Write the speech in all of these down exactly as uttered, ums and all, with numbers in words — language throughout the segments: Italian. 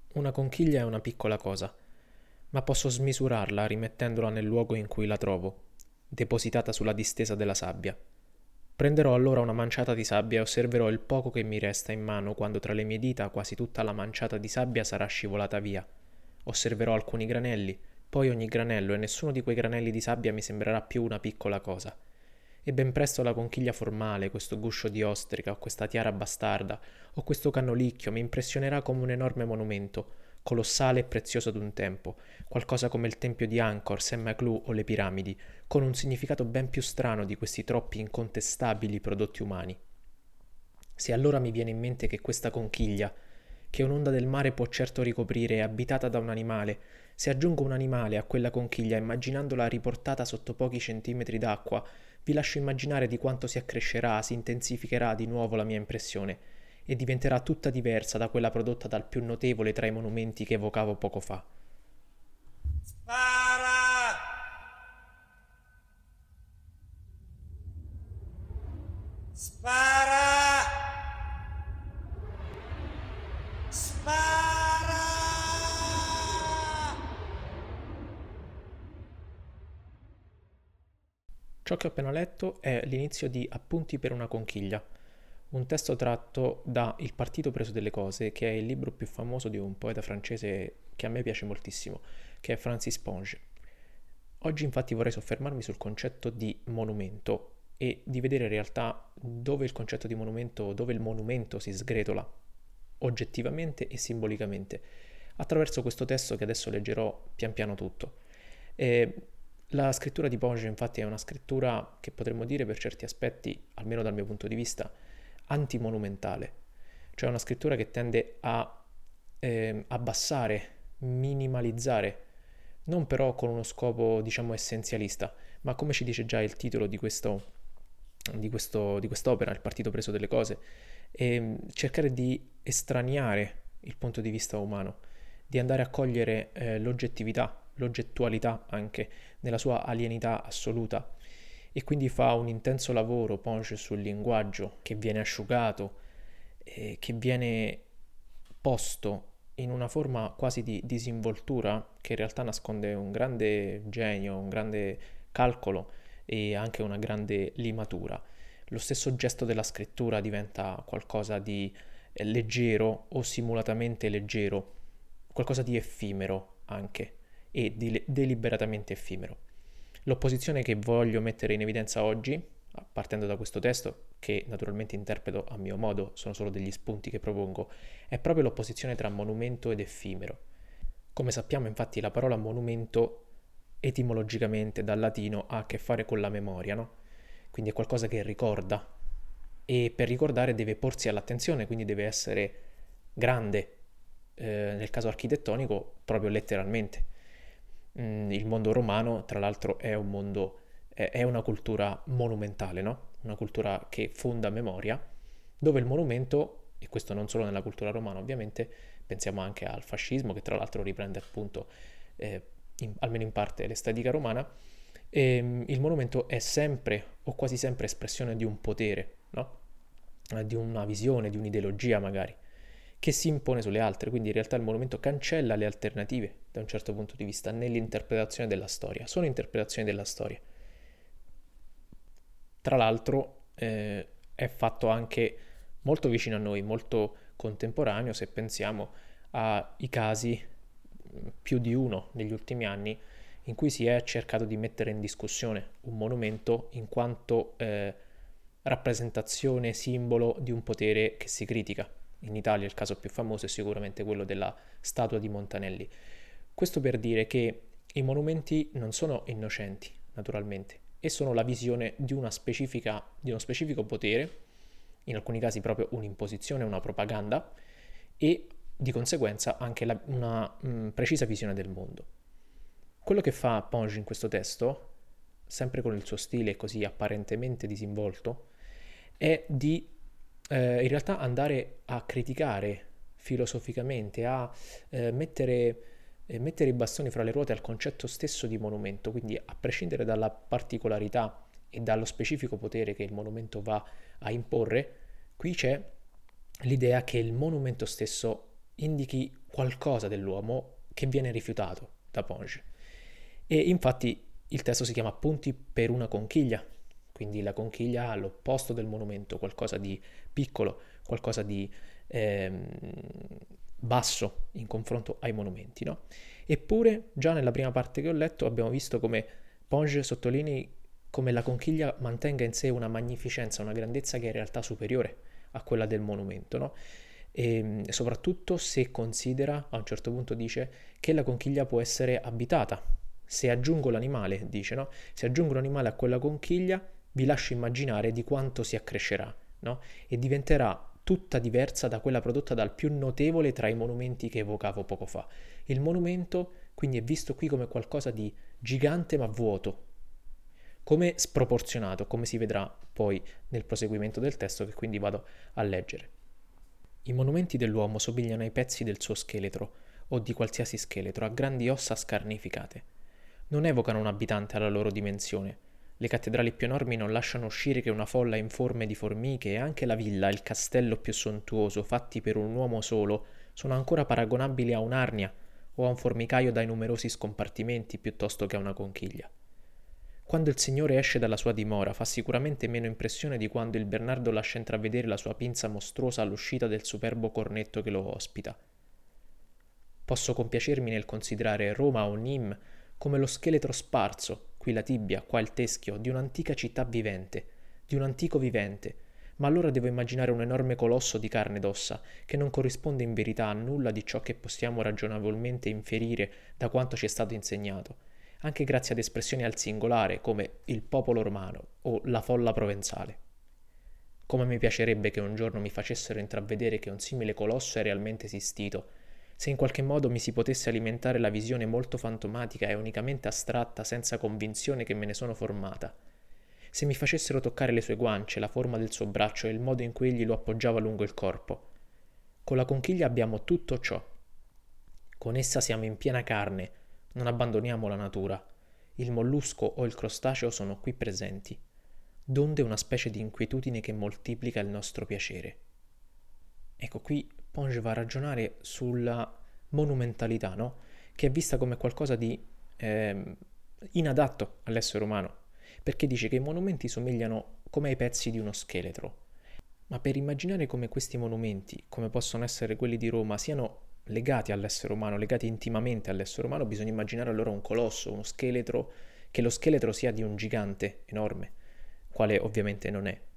Una conchiglia è una piccola cosa, ma posso smisurarla rimettendola nel luogo in cui la trovo, depositata sulla distesa della sabbia. Prenderò allora una manciata di sabbia e osserverò il poco che mi resta in mano quando tra le mie dita quasi tutta la manciata di sabbia sarà scivolata via. Osserverò alcuni granelli, poi ogni granello, e nessuno di quei granelli di sabbia mi sembrerà più una piccola cosa. E ben presto la conchiglia formale, questo guscio di ostrica, o questa tiara bastarda, o questo cannolicchio mi impressionerà come un enorme monumento, colossale e prezioso d'un tempo, qualcosa come il tempio di Angkor, Semmaclu o le piramidi, con un significato ben più strano di questi troppi incontestabili prodotti umani. Se allora mi viene in mente che questa conchiglia, che un'onda del mare può certo ricoprire, è abitata da un animale, se aggiungo un animale a quella conchiglia immaginandola riportata sotto pochi centimetri d'acqua, vi lascio immaginare di quanto si accrescerà, si intensificherà di nuovo la mia impressione e diventerà tutta diversa da quella prodotta dal più notevole tra i monumenti che evocavo poco fa. Spara! Spara! Spara! Ciò che ho appena letto è l'inizio di Appunti per una conchiglia, un testo tratto da Il partito preso delle cose, che è il libro più famoso di un poeta francese che a me piace moltissimo, che è Francis Ponge. Oggi infatti vorrei soffermarmi sul concetto di monumento e di vedere in realtà dove il concetto di monumento, dove il monumento si sgretola oggettivamente e simbolicamente, attraverso questo testo che adesso leggerò pian piano tutto. E la scrittura di Ponge infatti è una scrittura che potremmo dire per certi aspetti, almeno dal mio punto di vista, antimonumentale, cioè una scrittura che tende a eh, abbassare, minimalizzare, non però con uno scopo diciamo essenzialista, ma come ci dice già il titolo di questo di, questo, di quest'opera, Il partito preso delle cose, e cercare di estraniare il punto di vista umano, di andare a cogliere eh, l'oggettività, l'oggettualità anche nella sua alienità assoluta. E quindi fa un intenso lavoro Ponge sul linguaggio che viene asciugato, eh, che viene posto in una forma quasi di disinvoltura che in realtà nasconde un grande genio, un grande calcolo e anche una grande limatura. Lo stesso gesto della scrittura diventa qualcosa di eh, leggero o simulatamente leggero, qualcosa di effimero anche e di deliberatamente effimero. L'opposizione che voglio mettere in evidenza oggi, partendo da questo testo, che naturalmente interpreto a mio modo, sono solo degli spunti che propongo, è proprio l'opposizione tra monumento ed effimero. Come sappiamo, infatti, la parola monumento etimologicamente dal latino ha a che fare con la memoria, no? Quindi è qualcosa che ricorda e per ricordare deve porsi all'attenzione, quindi deve essere grande, eh, nel caso architettonico proprio letteralmente. Mm, il mondo romano, tra l'altro, è un mondo, è, è una cultura monumentale, no? Una cultura che fonda memoria, dove il monumento, e questo non solo nella cultura romana ovviamente, pensiamo anche al fascismo che tra l'altro riprende appunto, eh, in, almeno in parte, l'estetica romana, e, il monumento è sempre o quasi sempre espressione di un potere, no? Eh, di una visione, di un'ideologia magari, che si impone sulle altre, quindi in realtà il monumento cancella le alternative da un certo punto di vista nell'interpretazione della storia, sono interpretazioni della storia. Tra l'altro eh, è fatto anche molto vicino a noi, molto contemporaneo se pensiamo ai casi, più di uno negli ultimi anni, in cui si è cercato di mettere in discussione un monumento in quanto eh, rappresentazione, simbolo di un potere che si critica. In Italia il caso più famoso è sicuramente quello della statua di Montanelli. Questo per dire che i monumenti non sono innocenti, naturalmente, e sono la visione di una specifica, di uno specifico potere, in alcuni casi proprio un'imposizione, una propaganda, e di conseguenza anche la, una mh, precisa visione del mondo. Quello che fa Ponge in questo testo, sempre con il suo stile così apparentemente disinvolto, è di eh, in realtà andare a criticare filosoficamente, a eh, mettere, eh, mettere i bastoni fra le ruote al concetto stesso di monumento, quindi a prescindere dalla particolarità e dallo specifico potere che il monumento va a imporre, qui c'è l'idea che il monumento stesso indichi qualcosa dell'uomo che viene rifiutato da Ponge. E infatti il testo si chiama Appunti per una conchiglia, quindi la conchiglia all'opposto del monumento, qualcosa di piccolo, qualcosa di ehm, basso in confronto ai monumenti, no? Eppure già nella prima parte che ho letto abbiamo visto come Ponge sottolinei come la conchiglia mantenga in sé una magnificenza, una grandezza che è in realtà superiore a quella del monumento, no? E soprattutto se considera, a un certo punto dice, che la conchiglia può essere abitata. Se aggiungo l'animale, dice, no? Se aggiungo l'animale a quella conchiglia, vi lascio immaginare di quanto si accrescerà, no? E diventerà tutta diversa da quella prodotta dal più notevole tra i monumenti che evocavo poco fa. Il monumento quindi è visto qui come qualcosa di gigante ma vuoto, come sproporzionato, come si vedrà poi nel proseguimento del testo che quindi vado a leggere. I monumenti dell'uomo somigliano ai pezzi del suo scheletro, o di qualsiasi scheletro, a grandi ossa scarnificate. Non evocano un abitante alla loro dimensione. Le cattedrali più enormi non lasciano uscire che una folla informe di formiche e anche la villa e il castello più sontuoso, fatti per un uomo solo, sono ancora paragonabili a un'arnia o a un formicaio dai numerosi scompartimenti piuttosto che a una conchiglia. Quando il Signore esce dalla sua dimora fa sicuramente meno impressione di quando il Bernardo lascia intravedere la sua pinza mostruosa all'uscita del superbo cornetto che lo ospita. Posso compiacermi nel considerare Roma o Nîmes come lo scheletro sparso, qui la tibia, qua il teschio, di un'antica città vivente, di un antico vivente, ma allora devo immaginare un enorme colosso di carne ed ossa, che non corrisponde in verità a nulla di ciò che possiamo ragionevolmente inferire da quanto ci è stato insegnato, anche grazie ad espressioni al singolare come il popolo romano o la folla provenzale. Come mi piacerebbe che un giorno mi facessero intravedere che un simile colosso è realmente esistito, se in qualche modo mi si potesse alimentare la visione molto fantomatica e unicamente astratta senza convinzione che me ne sono formata, se mi facessero toccare le sue guance, la forma del suo braccio e il modo in cui egli lo appoggiava lungo il corpo. Con la conchiglia abbiamo tutto ciò. Con essa siamo in piena carne, non abbandoniamo la natura. Il mollusco o il crostaceo sono qui presenti, donde una specie di inquietudine che moltiplica il nostro piacere. Ecco, qui Ponge va a ragionare sulla monumentalità, no? Che è vista come qualcosa di eh, inadatto all'essere umano, perché dice che i monumenti somigliano come ai pezzi di uno scheletro. Ma per immaginare come questi monumenti, come possono essere quelli di Roma, siano legati all'essere umano, legati intimamente all'essere umano, bisogna immaginare allora un colosso, uno scheletro, che lo scheletro sia di un gigante enorme, quale ovviamente non è.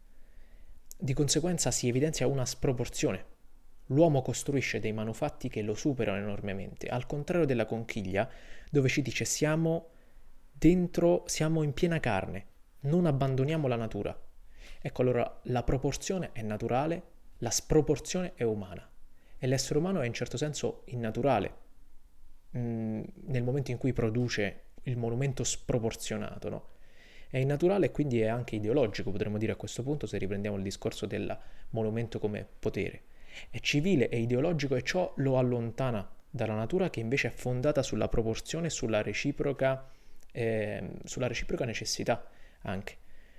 Di conseguenza si evidenzia una sproporzione. L'uomo costruisce dei manufatti che lo superano enormemente, al contrario della conchiglia, dove ci dice siamo dentro, siamo in piena carne, non abbandoniamo la natura. Ecco, allora la proporzione è naturale, la sproporzione è umana. E l'essere umano è in certo senso innaturale, mh, nel momento in cui produce il monumento sproporzionato, no? È innaturale e quindi è anche ideologico, potremmo dire a questo punto, se riprendiamo il discorso del monumento come potere. È civile e ideologico e ciò lo allontana dalla natura che invece è fondata sulla proporzione e sulla reciproca, eh, sulla reciproca necessità anche.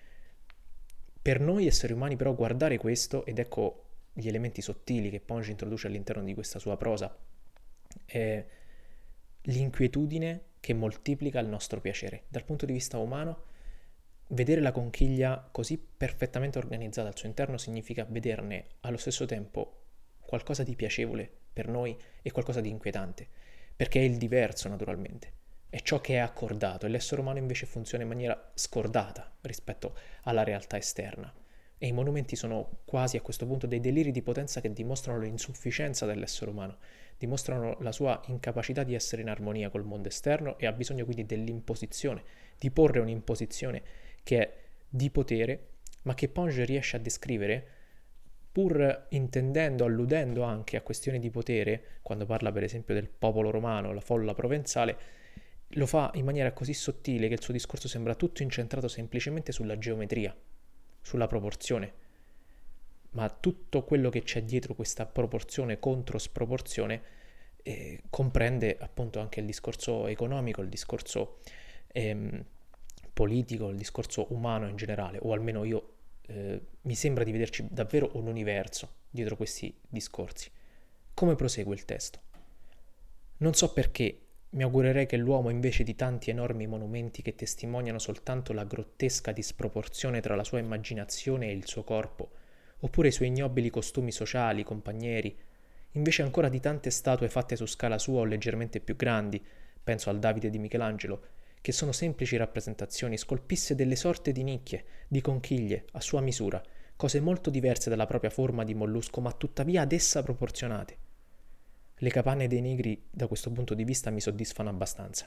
Per noi esseri umani però guardare questo, ed ecco gli elementi sottili che Ponge introduce all'interno di questa sua prosa, è l'inquietudine che moltiplica il nostro piacere. Dal punto di vista umano, vedere la conchiglia così perfettamente organizzata al suo interno significa vederne allo stesso tempo qualcosa di piacevole per noi e qualcosa di inquietante, perché è il diverso naturalmente, è ciò che è accordato e l'essere umano invece funziona in maniera scordata rispetto alla realtà esterna. E i monumenti sono quasi a questo punto dei deliri di potenza che dimostrano l'insufficienza dell'essere umano, dimostrano la sua incapacità di essere in armonia col mondo esterno e ha bisogno quindi dell'imposizione, di porre un'imposizione che è di potere, ma che Ponge riesce a descrivere pur intendendo, alludendo anche a questioni di potere, quando parla per esempio del popolo romano, la folla provenzale, lo fa in maniera così sottile che il suo discorso sembra tutto incentrato semplicemente sulla geometria, sulla proporzione, ma tutto quello che c'è dietro questa proporzione contro sproporzione eh, comprende appunto anche il discorso economico, il discorso ehm, politico, il discorso umano in generale, o almeno io eh, mi sembra di vederci davvero un universo dietro questi discorsi. Come prosegue il testo? Non so perché, mi augurerei che l'uomo, invece di tanti enormi monumenti che testimoniano soltanto la grottesca disproporzione tra la sua immaginazione e il suo corpo, oppure i suoi ignobili costumi sociali, compagneri, invece ancora di tante statue fatte su scala sua o leggermente più grandi, penso al Davide di Michelangelo, che sono semplici rappresentazioni, scolpisse delle sorte di nicchie, di conchiglie, a sua misura, cose molto diverse dalla propria forma di mollusco, ma tuttavia ad essa proporzionate. Le capanne dei negri da questo punto di vista mi soddisfano abbastanza.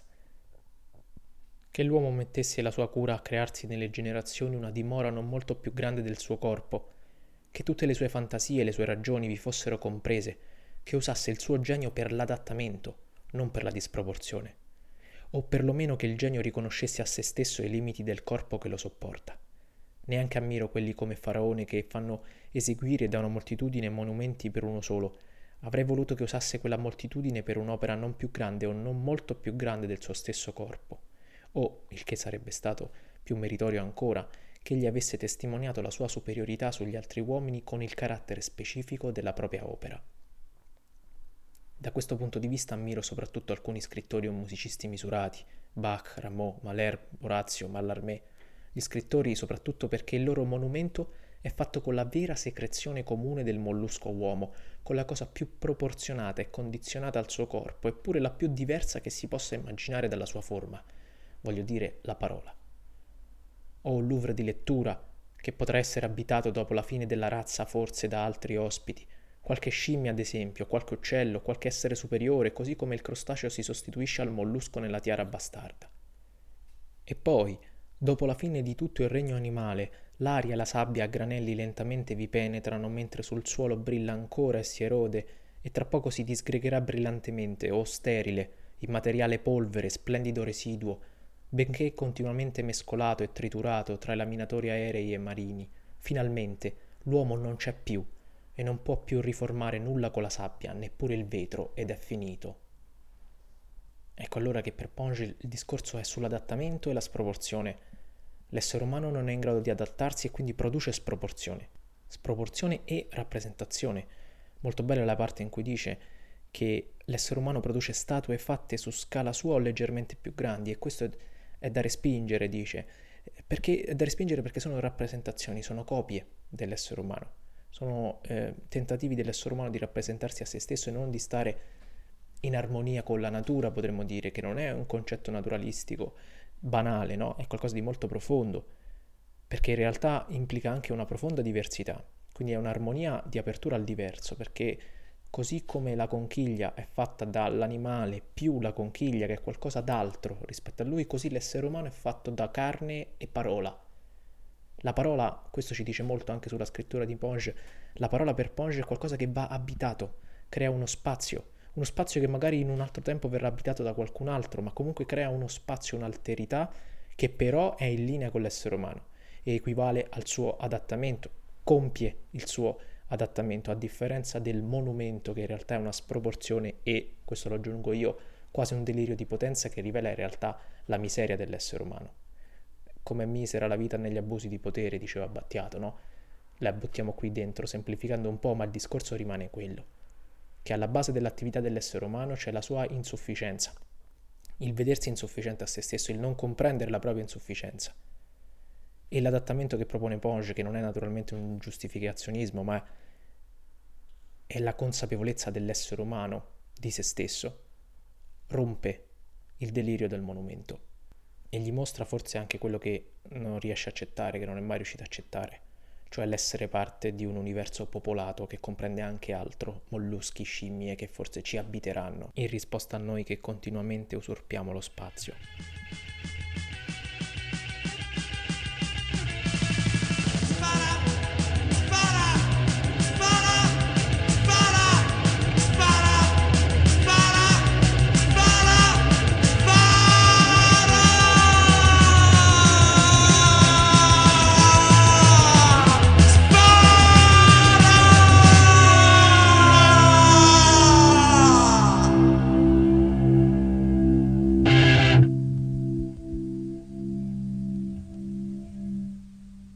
Che l'uomo mettesse la sua cura a crearsi nelle generazioni una dimora non molto più grande del suo corpo, che tutte le sue fantasie e le sue ragioni vi fossero comprese, che usasse il suo genio per l'adattamento, non per la disproporzione, o perlomeno che il genio riconoscesse a se stesso i limiti del corpo che lo sopporta. Neanche ammiro quelli come Faraone che fanno eseguire da una moltitudine monumenti per uno solo. Avrei voluto che usasse quella moltitudine per un'opera non più grande o non molto più grande del suo stesso corpo, o, il che sarebbe stato più meritorio ancora, che egli avesse testimoniato la sua superiorità sugli altri uomini con il carattere specifico della propria opera. Da questo punto di vista ammiro soprattutto alcuni scrittori o musicisti misurati, Bach, Rameau, Mahler, Orazio, Mallarmé, gli scrittori soprattutto perché il loro monumento è fatto con la vera secrezione comune del mollusco uomo, con la cosa più proporzionata e condizionata al suo corpo, eppure la più diversa che si possa immaginare dalla sua forma, voglio dire la parola. O un Louvre di lettura, che potrà essere abitato dopo la fine della razza forse da altri ospiti, qualche scimmia ad esempio, qualche uccello, qualche essere superiore, così come il crostaceo si sostituisce al mollusco nella tiara bastarda. E poi, dopo la fine di tutto il regno animale, l'aria e la sabbia a granelli lentamente vi penetrano mentre sul suolo brilla ancora e si erode e tra poco si disgregherà brillantemente o sterile, immateriale polvere, splendido residuo, benché continuamente mescolato e triturato tra i laminatori aerei e marini. Finalmente l'uomo non c'è più e non può più riformare nulla con la sabbia, neppure il vetro, ed è finito. Ecco allora che per Ponge il discorso è sull'adattamento e la sproporzione. L'essere umano non è in grado di adattarsi e quindi produce sproporzione. Sproporzione e rappresentazione. Molto bella la parte in cui dice che l'essere umano produce statue fatte su scala sua o leggermente più grandi, e questo è, è da respingere, dice. Perché è da respingere perché sono rappresentazioni, sono copie dell'essere umano. Sono eh, tentativi dell'essere umano di rappresentarsi a se stesso e non di stare in armonia con la natura, potremmo dire, che non è un concetto naturalistico banale, no? È qualcosa di molto profondo, perché in realtà implica anche una profonda diversità, quindi è un'armonia di apertura al diverso, perché così come la conchiglia è fatta dall'animale più la conchiglia che è qualcosa d'altro rispetto a lui, così l'essere umano è fatto da carne e parola. La parola, questo ci dice molto anche sulla scrittura di Ponge, la parola per Ponge è qualcosa che va abitato, crea uno spazio, uno spazio che magari in un altro tempo verrà abitato da qualcun altro, ma comunque crea uno spazio, un'alterità che però è in linea con l'essere umano e equivale al suo adattamento, compie il suo adattamento, a differenza del monumento che in realtà è una sproporzione e, questo lo aggiungo io, quasi un delirio di potenza che rivela in realtà la miseria dell'essere umano. Come è misera la vita negli abusi di potere, diceva Battiato, no? La buttiamo qui dentro, semplificando un po', ma il discorso rimane quello, che alla base dell'attività dell'essere umano c'è la sua insufficienza, il vedersi insufficiente a se stesso, il non comprendere la propria insufficienza. E l'adattamento che propone Ponge, che non è naturalmente un giustificazionismo, ma è la consapevolezza dell'essere umano di se stesso, rompe il delirio del monumento e gli mostra forse anche quello che non riesce a accettare, che non è mai riuscito a accettare, cioè l'essere parte di un universo popolato che comprende anche altro, molluschi, scimmie che forse ci abiteranno, in risposta a noi che continuamente usurpiamo lo spazio.